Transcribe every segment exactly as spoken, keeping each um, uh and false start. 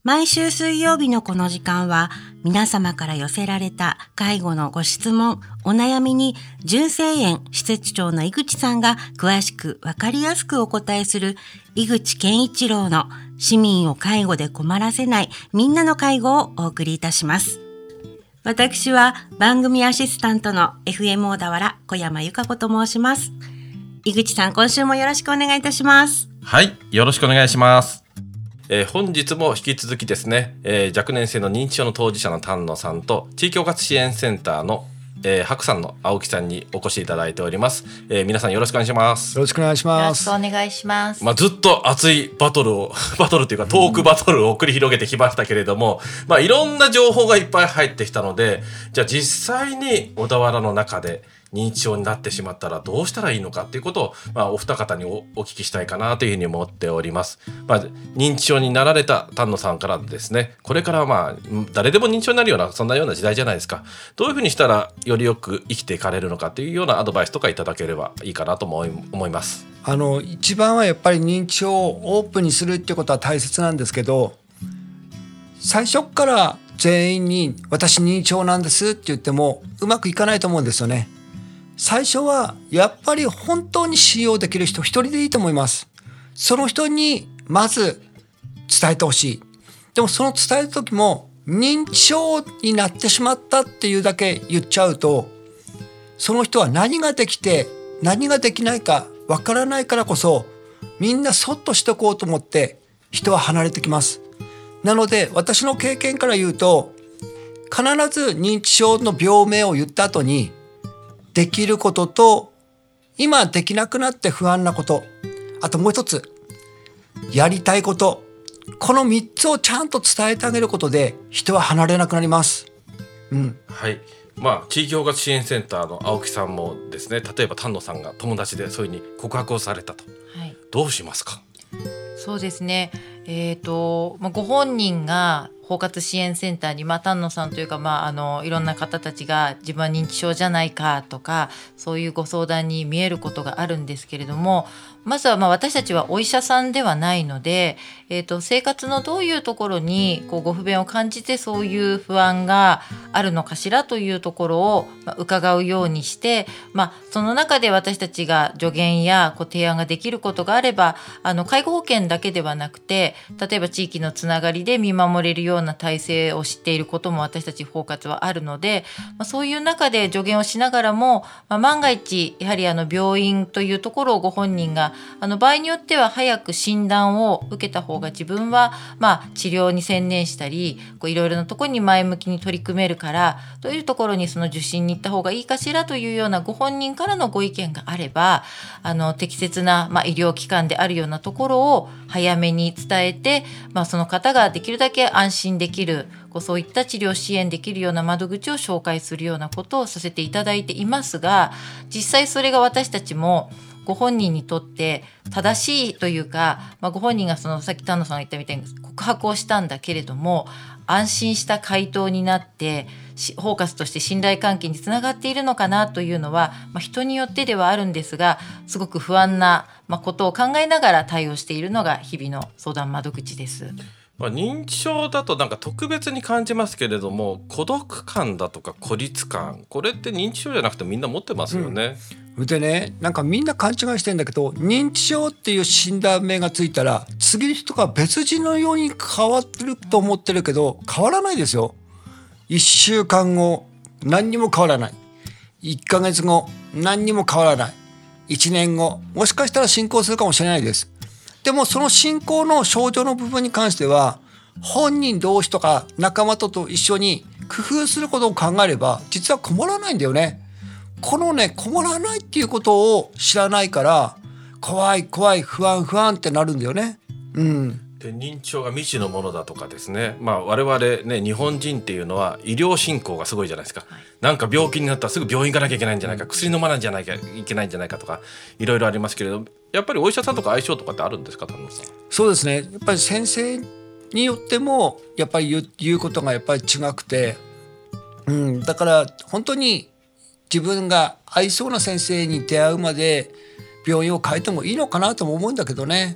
毎週水曜日のこの時間は皆様から寄せられた介護のご質問、お悩みに純正園施設長の井口さんが詳しくわかりやすくお答えする井口健一郎の市民を介護で困らせないみんなの介護をお送りいたします。私は番組アシスタントの エフエム 大田原小山由香子と申します。井口さん、今週もよろしくお願いいたします。 はい、よろしくお願いします。えー、本日も引き続きですね、えー、若年性の認知症の当事者の丹野さんと地域包括支援センターの、えー、白さんの青木さんにお越しいただいております。えー、皆さんよろしくお願いします。 よろしくお願いします。 よろしくお願いします。 まあ、ずっと熱いバトルをバトルというかトークバトルを繰り広げてきましたけれども、うん、まあいろんな情報がいっぱい入ってきたので、じゃあ実際に小田原の中で認知症になってしまったらどうしたらいいのかっていうことを、まあ、お二方に お, お聞きしたいかなというふうに思っております。まあ、認知症になられた丹野さんからですね、これからまあ誰でも認知症になるようなそんなような時代じゃないですか。どういうふうにしたらよりよく生きていかれるのかというようなアドバイスとかいただければいいかなと思い、思います。 あの一番はやっぱり認知症をオープンにするっていうことは大切なんですけど、最初から全員に私認知症なんですって言ってもうまくいかないと思うんですよね。最初はやっぱり本当に信用できる人一人でいいと思います。その人にまず伝えてほしい。でもその伝える時も認知症になってしまったっていうだけ言っちゃうと、その人は何ができて何ができないかわからないからこそ、みんなそっとしておこうと思って人は離れてきます。なので私の経験から言うと、必ず認知症の病名を言った後にできることと今できなくなって不安なこと、あともう一つやりたいこと、このみっつをちゃんと伝えてあげることで人は離れなくなります。うん、 はい。まあ、地域包括支援センターの青木さんもですね、例えば丹野さんが友達でそういうふうに告白をされたと、はい、どうしますか？ そうですね、えーとまあ、ご本人が包括支援センターに、まあ、丹野さんというか、まあ、あのいろんな方たちが自分は認知症じゃないかとかそういうご相談に見えることがあるんですけれども、まずはまあ私たちはお医者さんではないので、えーと生活のどういうところにこうご不便を感じてそういう不安があるのかしらというところを伺うようにして、まあ、その中で私たちが助言やこう提案ができることがあれば、あの介護保険だけではなくて、例えば地域のつながりで見守れるような体制を知っていることも私たち包括はあるので、まあ、そういう中で助言をしながらも、まあ、万が一やはりあの病院というところをご本人があの場合によっては早く診断を受けた方が自分はまあ治療に専念したりこういろいろなところに前向きに取り組めるからどういうところにその受診に行った方がいいかしらというようなご本人からのご意見があれば、あの適切なまあ医療機関であるようなところを早めに伝えて、まあ、その方ができるだけ安心できるこうそういった治療支援できるような窓口を紹介するようなことをさせていただいていますが、実際それが私たちもご本人にとって正しいというか、まあ、ご本人がそのさっき丹野さんが言ったみたいに告白をしたんだけれども安心した回答になって包括として信頼関係につながっているのかなというのは、まあ、人によってではあるんですがすごく不安な、まあ、ことを考えながら対応しているのが日々の相談窓口です。 まあ、認知症だとなんか特別に感じますけれども、孤独感だとか孤立感、これって認知症じゃなくてみんな持ってますよね。 うん、でね、なんかみんな勘違いしてんだけど、認知症っていう診断名がついたら次の人が別人のように変わってると思ってるけど変わらないですよ。いっしゅうかんご何にも変わらない、いっかげつご何にも変わらない、いちねんごもしかしたら進行するかもしれないです。でもその進行の症状の部分に関しては本人同士とか仲間とと一緒に工夫することを考えれば実は困らないんだよね。このね困らないっていうことを知らないから怖い怖い不安不安ってなるんだよね。うん。 で認知症が未知のものだとかですね、まあ、我々ね日本人っていうのは医療振興がすごいじゃないですか、はい、なんか病気になったらすぐ病院行かなきゃいけないんじゃないか、薬飲まないんじゃないかいけないんじゃないかとかいろいろありますけれど、やっぱりお医者さんとか相性とかってあるんですか、田野さん。 そうですね、やっぱり先生によってもやっぱり 言う、言うことがやっぱり違くて、うん、だから本当に自分が合いそうな先生に出会うまで病院を変えてもいいのかなとも思うんだけどね。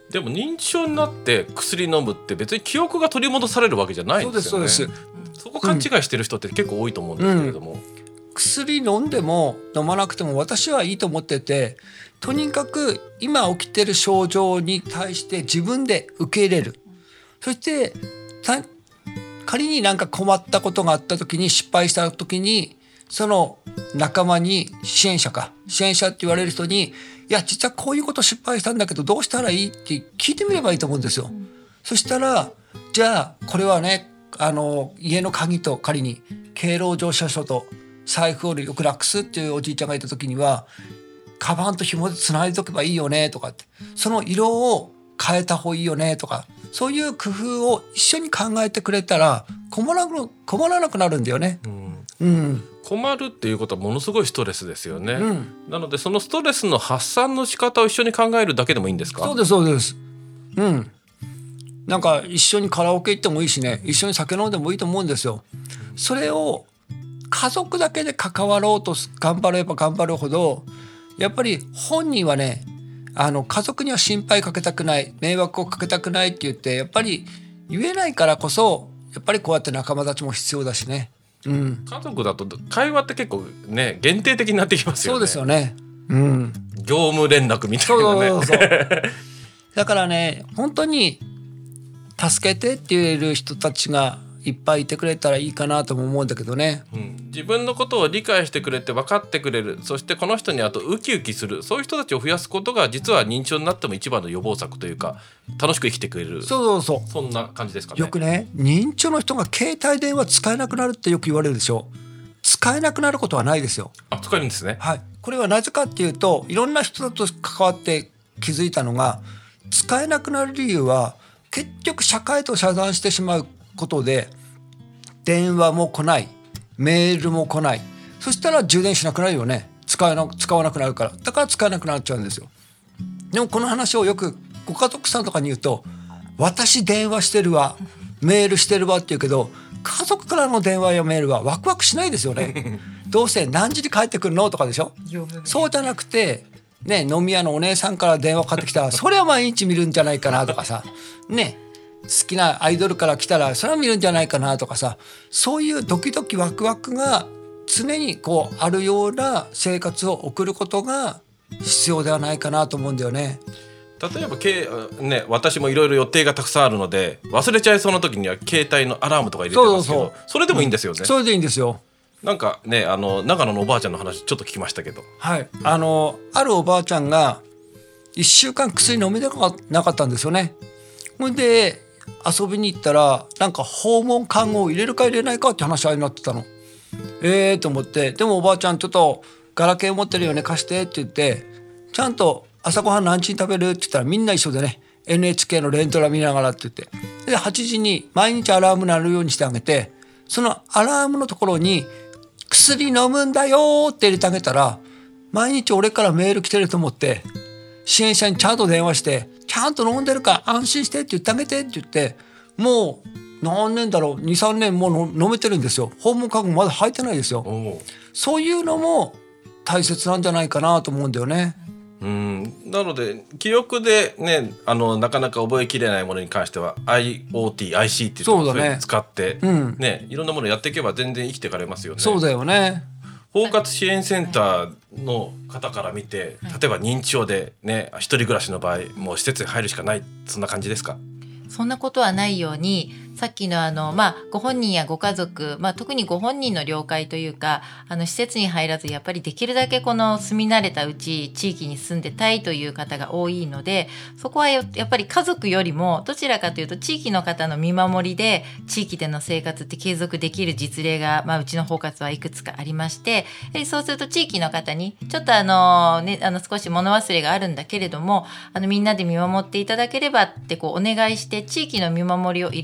でも認知症になって薬飲むって別に記憶が取り戻されるわけじゃないんですよね。 そうですそうです。 そこ勘違いしてる人って結構多いと思うんですけれども、 うん、薬飲んでも飲まなくても私はいいと思ってて、とにかく今起きてる症状に対して自分で受け入れる。そしてた仮になんか困ったことがあった時に、失敗した時に、その仲間に支援者か支援者って言われる人に、いや実はこういうこと失敗したんだけどどうしたらいいって聞いてみればいいと思うんですよ。そしたら、じゃあこれはね、あの家の鍵と仮に敬老乗車書と財布をよくなくすっていうおじいちゃんがいた時には、カバンと紐でつないでおけばいいよねとかって、その色を変えた方がいいよねとか、そういう工夫を一緒に考えてくれたら困らなく、困らなくなるんだよね。 うんうん、 困るっていうことはものすごいストレスですよね、 うん、 なのでそのストレスの発散の仕方を一緒に考えるだけでもいいんですか？ そうですそうです。うん。なんか一緒にカラオケ行ってもいいしね、一緒に酒飲んでもいいと思うんですよ。それを家族だけで関わろうと頑張れば頑張るほど、やっぱり本人はね、あの家族には心配かけたくない、迷惑をかけたくないって言ってやっぱり言えないからこそ、やっぱりこうやって仲間たちも必要だしね。うん、 家族だと会話って結構ね限定的になってきますよね。 そうですよね。うん、 業務連絡みたいなね。 そうそうそうだからね、本当に助けてって言える人たちがいっぱいいてくれたらいいかなとも思うんだけどね、 うん、自分のことを理解してくれて分かってくれる、そしてこの人にあとウキウキする、そういう人たちを増やすことが実は認知症になっても一番の予防策というか、楽しく生きてくれる、 そうそうそう、 そんな感じですかね。 よくね、認知症の人が携帯電話使えなくなるってよく言われるでしょ。使えなくなることはないですよ。 あ、使えるんですね。 はい、これはなぜかっていうと、いろんな人と関わって気づいたのが、使えなくなる理由は結局社会と遮断してしまうことで、電話も来ない、メールも来ない、そしたら充電しなくなるよね。使えな、使わなくなるから。だから使えなくなっちゃうんですよ。でもこの話をよくご家族さんとかに言うと、私電話してるわ、メールしてるわって言うけど、家族からの電話やメールはワクワクしないですよね。どうせ何時に帰ってくるのとかでしょ。そうじゃなくてね、飲み屋のお姉さんから電話かかってきたらそれは毎日見るんじゃないかなとかさね、好きなアイドルから来たらそれは見るんじゃないかなとかさ、そういうドキドキワクワクが常にこうあるような生活を送ることが必要ではないかなと思うんだよね。 例えばけ、ね、私もいろいろ予定がたくさんあるので忘れちゃいそうな時には携帯のアラームとか入れてますけど、 そうそうそう、 それでもいいんですよね、 うん、それでいいんですよ。 なんかね、あの長野のおばあちゃんの話ちょっと聞きましたけど、 はい、あのあるおばあちゃんがいっしゅうかん薬飲めなかったんですよね。ほんで遊びに行ったらなんか訪問看護を入れるか入れないかって話になってたの。えーと思って、でもおばあちゃんちょっとガラケー持ってるよね貸してって言って、ちゃんと朝ごはん何時に食べるって言ったらみんな一緒でね、 エヌエイチケー の連ドラ見ながらって言って、ではちじに毎日アラーム鳴るようにしてあげて、そのアラームのところに薬飲むんだよって入れてあげたら、毎日俺からメール来てると思って支援者にちゃんと電話して、ちゃんと飲んでるから安心してって言ってあげてって言って、もう何年だろう、 にさんねんもう飲めてるんですよ。訪問看護まだ入ってないですよ。そういうのも大切なんじゃないかなと思うんだよね。 うん、なので記憶でね、あのなかなか覚えきれないものに関しては アイオーティー、アイシー っていうのをそういうの使って、 うんね、いろんなものやっていけば全然生きていかれますよね。 そうだよね。 包括支援センターの方から見て、例えば認知症でね、一人暮らしの場合もう施設に入るしかない、そんな感じですか？ そんなことはないように、さっきのあの、まあ、ご本人やご家族、まあ、特にご本人の了解というか、あの施設に入らずやっぱりできるだけこの住み慣れたうち地域に住んでたいという方が多いので、そこはやっぱり家族よりもどちらかというと地域の方の見守りで地域での生活って継続できる実例が、まあ、うちの包括はいくつかありまして、やはりそうすると地域の方にちょっとあの、ね、あの少し物忘れがあるんだけれども、あのみんなで見守っていただければってこうお願いして地域の見守りを入れること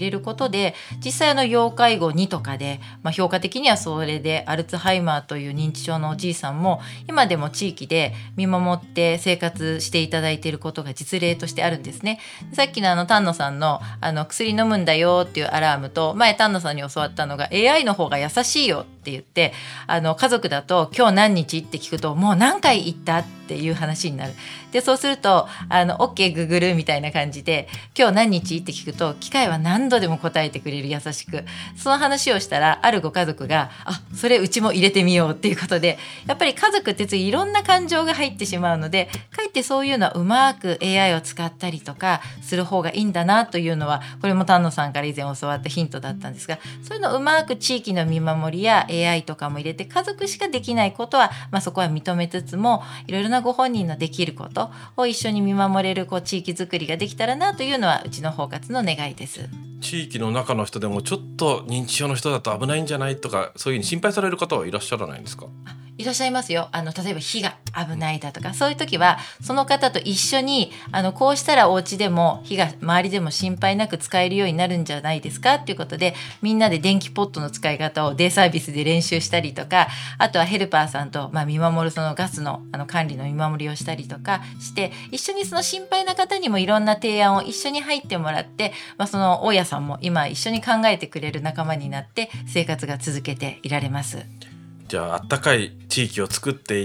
ことで、実際あの要介護にとかで、まあ、評価的にはそれでアルツハイマーという認知症のおじいさんも今でも地域で見守って生活していただいていることが実例としてあるんですね。さっきのあの丹野さんのあの薬飲むんだよっていうアラームと、前丹野さんに教わったのが エーアイ の方が優しいよって言って、あの家族だと今日何日って聞くともう何回行ったっていう話になる。でそうするとあの OK グーグルみたいな感じで今日何日って聞くと機械は何度でも答えてくれる、優しく。その話をしたらあるご家族があそれうちも入れてみようっていうことで、やっぱり家族って次いろんな感情が入ってしまうので、かえってそういうのはうまく エーアイ を使ったりとかする方がいいんだなというのは、これも丹野さんから以前教わったヒントだったんですが、そういうのをうまく地域の見守りや エーアイ とかも入れて、家族しかできないことは、まあ、そこは認めつつもいろいろなご本人のできることを一緒に見守れるこう地域づくりができたらなというのはうちの包括の願いです。 地域の中の人でもちょっと認知症の人だと危ないんじゃないとか、そういうふうに心配される方はいらっしゃらないんですか？ いらっしゃいますよ。あの例えば火が危ないだとか、そういう時はその方と一緒にあのこうしたらお家でも火が周りでも心配なく使えるようになるんじゃないですかっていうことで、みんなで電気ポットの使い方をデイサービスで練習したりとか、あとはヘルパーさんと、まあ、見守るそのガスの、あの管理の見守りをしたりとかして、一緒にその心配な方にもいろんな提案を一緒に入ってもらって、まあ、その大家さんも今一緒に考えてくれる仲間になって生活が続けていられます。 じゃああったかい地域を作っていって、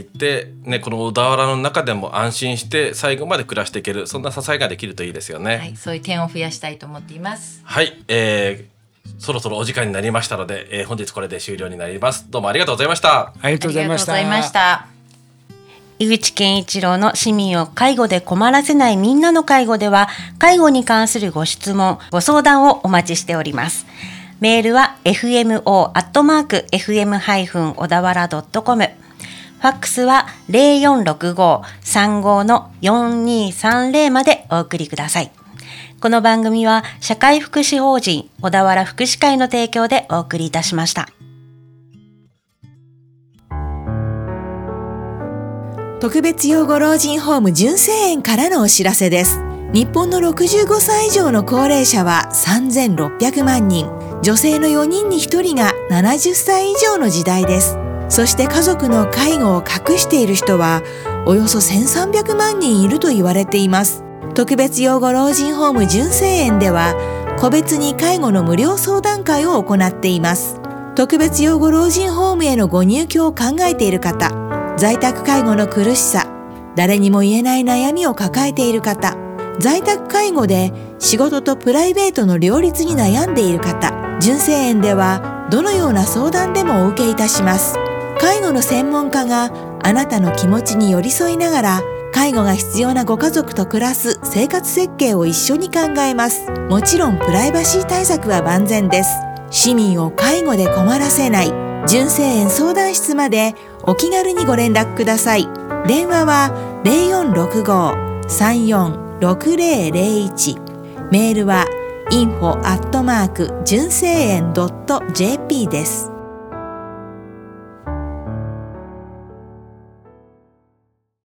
ね、この小田原の中でも安心して最後まで暮らしていける、そんな支えができるといいですよね。 はい、そういう点を増やしたいと思っています。 はい、えー、そろそろお時間になりましたので、えー、本日これで終了になります。どうもありがとうございました。 ありがとうございました。 ありがとうございました。 井口健一郎の市民を介護で困らせないみんなの介護では、介護に関するご質問ご相談をお待ちしております。メールは エフエムオー アットマーク エフエム 小田原 ドットコム、 ファックスは ゼロよんろくご さんご のよんにさんゼロまでお送りください。この番組は社会福祉法人小田原福祉会の提供でお送りいたしました。 特別養護老人ホーム純正園からのお知らせです。日本のろくじゅうごさい以上の高齢者はさんぜんろっぴゃくまんにん、女性のよにんにひとりがななじゅっさい以上の時代です。そして家族の介護を隠している人はおよそせんさんびゃくまんにんいると言われています。特別養護老人ホーム純正園では個別に介護の無料相談会を行っています。特別養護老人ホームへのご入居を考えている方、在宅介護の苦しさ、誰にも言えない悩みを抱えている方、在宅介護で仕事とプライベートの両立に悩んでいる方、純正園ではどのような相談でもお受けいたします。介護の専門家があなたの気持ちに寄り添いながら、介護が必要なご家族と暮らす生活設計を一緒に考えます。もちろんプライバシー対策は万全です。市民を介護で困らせない純正園相談室までお気軽にご連絡ください。電話は ゼロよんろくご さんよん ろくゼロゼロいち、メールは インフォ アットマーク 純正園 ドット ジェーピー です。